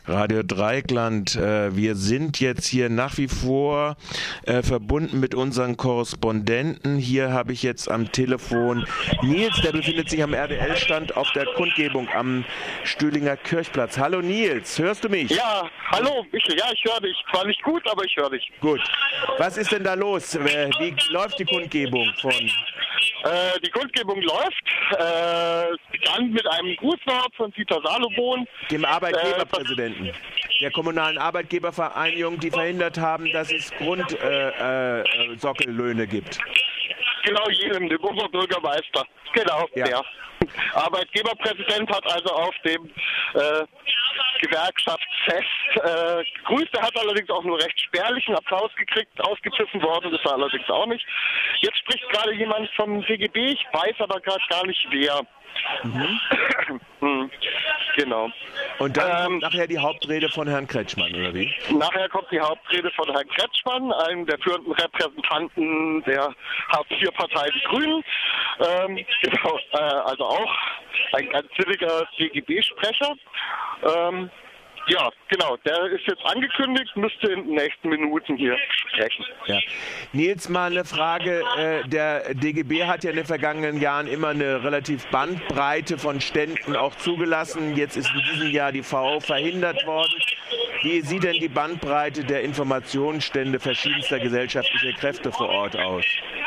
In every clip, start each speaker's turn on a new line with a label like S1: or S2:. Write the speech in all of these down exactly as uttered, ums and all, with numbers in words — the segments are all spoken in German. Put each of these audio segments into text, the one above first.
S1: Radio Dreieckland. Wir sind jetzt hier nach wie vor äh, verbunden mit unseren Korrespondenten. Hier habe ich jetzt am Telefon Nils, der befindet sich am R D L-Stand auf der Kundgebung am Stühlinger Kirchplatz. Hallo Nils, hörst du mich?
S2: Ja, hallo, ich, ja, ich höre dich. Zwar nicht gut, aber ich höre dich.
S1: Gut. Was ist denn da los? Wie läuft die Kundgebung von...
S2: Äh, die Kundgebung läuft. Äh, es begann mit einem Grußwort von Dieter Salomon,
S1: dem Arbeitgeberpräsidenten äh, der kommunalen Arbeitgebervereinigung, die verhindert haben, dass es Grundsockellöhne äh, äh, gibt.
S2: Genau, jedem, dem Oberbürgermeister. Genau,
S1: ja.
S2: Der Arbeitgeberpräsident hat also auf dem äh, Gewerkschaftsfest äh, gegrüßt. Er hat allerdings auch nur recht spärlichen Applaus gekriegt. Ausgepfiffen worden ist er allerdings auch nicht. Jetzt spricht gerade jemand vom D G B, ich weiß aber gerade gar nicht wer. Mhm. hm, genau.
S1: Und dann
S2: ähm,
S1: kommt nachher die Hauptrede von Herrn Kretschmann, oder wie?
S2: Nachher kommt die Hauptrede von Herrn Kretschmann, einem der führenden Repräsentanten der Hartz-vier-Partei Die Grünen. Ähm, genau, äh, also auch ein ganz sinniger D G B-Sprecher. Ähm, Ja, genau. Der ist jetzt angekündigt, müsste in den nächsten Minuten hier sprechen.
S1: Ja. Nils, mal eine Frage. Der D G B hat ja in den vergangenen Jahren immer eine relativ Bandbreite von Ständen auch zugelassen. Jetzt ist in diesem Jahr die V O verhindert worden. Wie sieht denn die Bandbreite der Informationsstände verschiedenster gesellschaftlicher Kräfte vor Ort aus?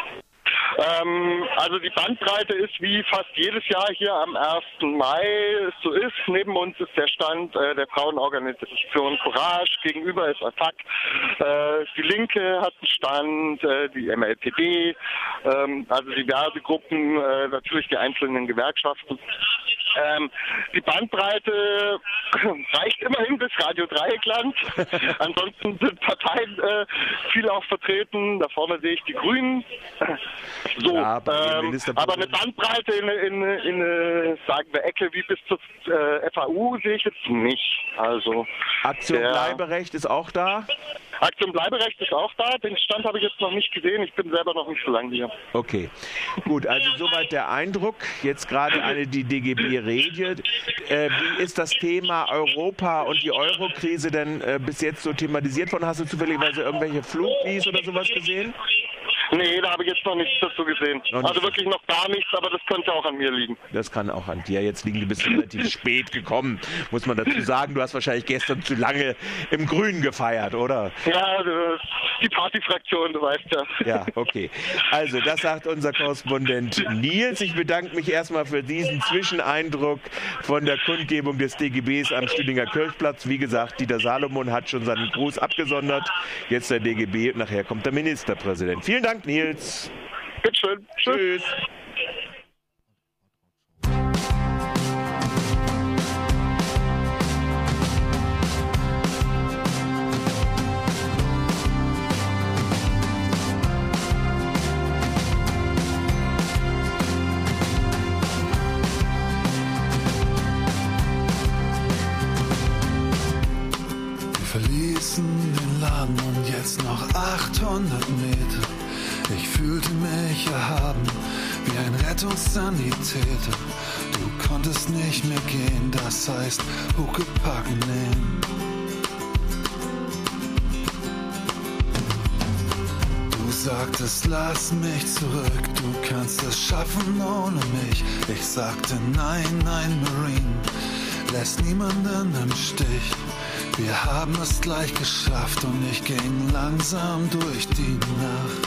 S2: Ähm, also die Bandbreite ist wie fast jedes Jahr hier am ersten Mai es so ist. Neben uns ist der Stand äh, der Frauenorganisation Courage, gegenüber ist Attac, äh, die Linke hat einen Stand, äh, die M L P D, ähm, also diverse Gruppen, äh, natürlich die einzelnen Gewerkschaften. Ähm, die Bandbreite reicht immerhin bis Radio Dreieckland. Ansonsten sind Parteien äh, viel auch vertreten. Da vorne sehe ich die Grünen. So, ja, ähm, aber eine Bandbreite in, in, in, in sagen wir Ecke wie bis zur äh, F A U sehe ich jetzt nicht. Also
S1: Aktion
S2: der,
S1: Bleiberecht ist auch da?
S2: Aktion Bleiberecht ist auch da. Den Stand habe ich jetzt noch nicht gesehen. Ich bin selber noch nicht so lange hier.
S1: Okay, gut. Also soweit der Eindruck. Jetzt gerade eine die D G B-Rede. Äh, wie ist das Thema Europa und die Euro-Krise denn äh, bis jetzt so thematisiert worden? Hast du zufälligerweise irgendwelche Flugvies oder sowas gesehen?
S2: Nee, da habe ich jetzt noch nichts dazu gesehen. Noch also wirklich noch gar nichts, aber das könnte auch an mir liegen.
S1: Das kann auch an dir jetzt liegen. Du bist relativ spät gekommen, muss man dazu sagen. Du hast wahrscheinlich gestern zu lange im Grünen gefeiert, oder?
S2: Ja, die Partyfraktion, du weißt ja.
S1: Ja, okay. Also, das sagt unser Korrespondent Nils. Ich bedanke mich erstmal für diesen Zwischeneindruck von der Kundgebung des D G Bs am Stühlinger Kirchplatz. Wie gesagt, Dieter Salomon hat schon seinen Gruß abgesondert. Jetzt der D G B und nachher kommt der Ministerpräsident. Vielen Dank, Nils.
S2: Bitte schön.
S1: Tschüss.
S3: Wir verließen den Laden und jetzt noch achthundert Meter. Ich fühlte mich erhaben wie ein Rettungssanitäter. Du konntest nicht mehr gehen, das heißt Huckepack nehmen. Du sagtest, lass mich zurück, du kannst es schaffen ohne mich. Ich sagte, nein, nein, Marine, lässt niemanden im Stich. Wir haben es gleich geschafft und ich ging langsam durch die Nacht.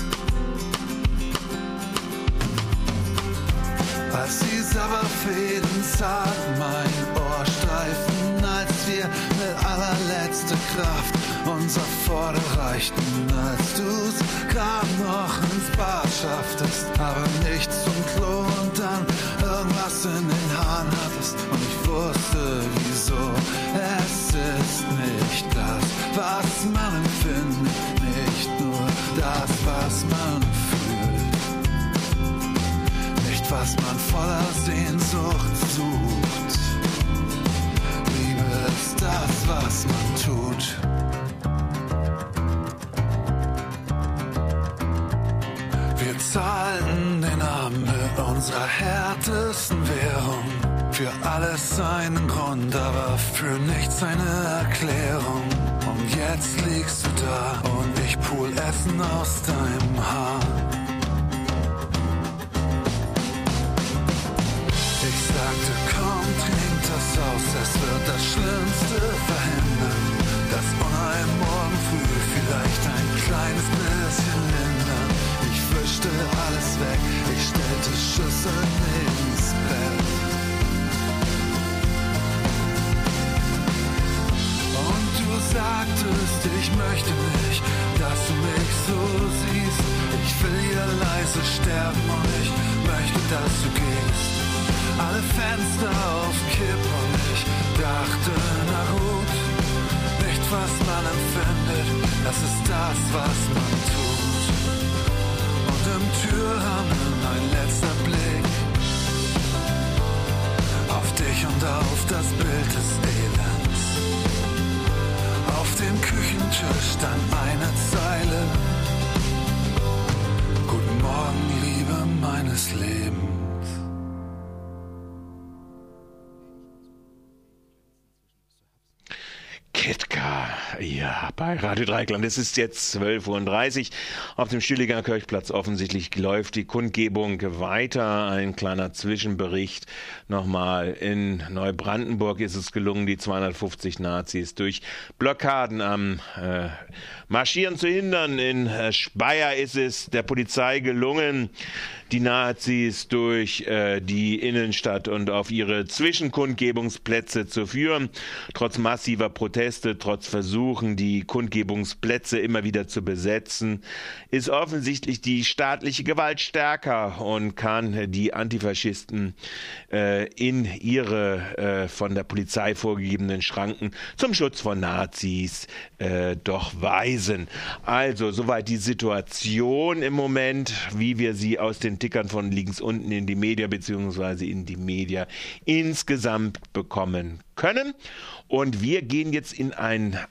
S3: Als die Sabberfäden zart mein Ohr streifen, als wir mit allerletzter Kraft unser Vorder reichten, als du's grad noch ins Bad schafftest, aber nicht zum Klo und dann irgendwas in den Haaren hattest und ich wusste wieso. Es ist nicht das, was man empfindet, nicht nur das, was man fühlt, nicht was man voller Sehnsucht sucht. Liebe ist das, was man tut. Wir zahlten den Abend mit unserer härtesten Währung. für alles einen Grund, aber für nichts eine Erklärung. Und jetzt liegst du da und ich pool Essen aus deinem Haar. Ich sagte, komm, trink das aus, es wird das Schlimmste verhindern. Das Unheil morgen früh vielleicht ein kleines bisschen lindern. Ich wischte alles weg, ich stellte Schüsseln ins Bett. Und du sagtest, ich möchte nicht, dass du mich so siehst. Ich will hier leise sterben und ich möchte, dass du gehst. Alle Fenster auf Kipp und ich dachte, na gut, nicht was man empfindet, das ist das, was man tut. Und im Türrahmen ein letzter Blick auf dich und auf das Bild des Elends. Auf dem Küchentisch dann eine Zeile: Guten Morgen, Liebe meines Lebens.
S1: Kitka, ja, bei Radio Dreieckland. Es ist jetzt zwölf Uhr dreißig auf dem Stühlinger Kirchplatz. Offensichtlich läuft die Kundgebung weiter. Ein kleiner Zwischenbericht nochmal. In Neubrandenburg ist es gelungen, die zweihundertfünfzig Nazis durch Blockaden am äh, Marschieren zu hindern. In äh, Speyer ist es der Polizei gelungen, die Nazis durch äh, die Innenstadt und auf ihre Zwischenkundgebungsplätze zu führen. Trotz massiver Proteste, trotz Versuchen, die Kundgebungsplätze immer wieder zu besetzen, ist offensichtlich die staatliche Gewalt stärker und kann die Antifaschisten äh, in ihre äh, von der Polizei vorgegebenen Schranken zum Schutz von Nazis äh, doch weisen. Also, soweit die Situation im Moment, wie wir sie aus den Tickern von links unten in die Media beziehungsweise in die Media insgesamt bekommen können. Und wir gehen jetzt in ein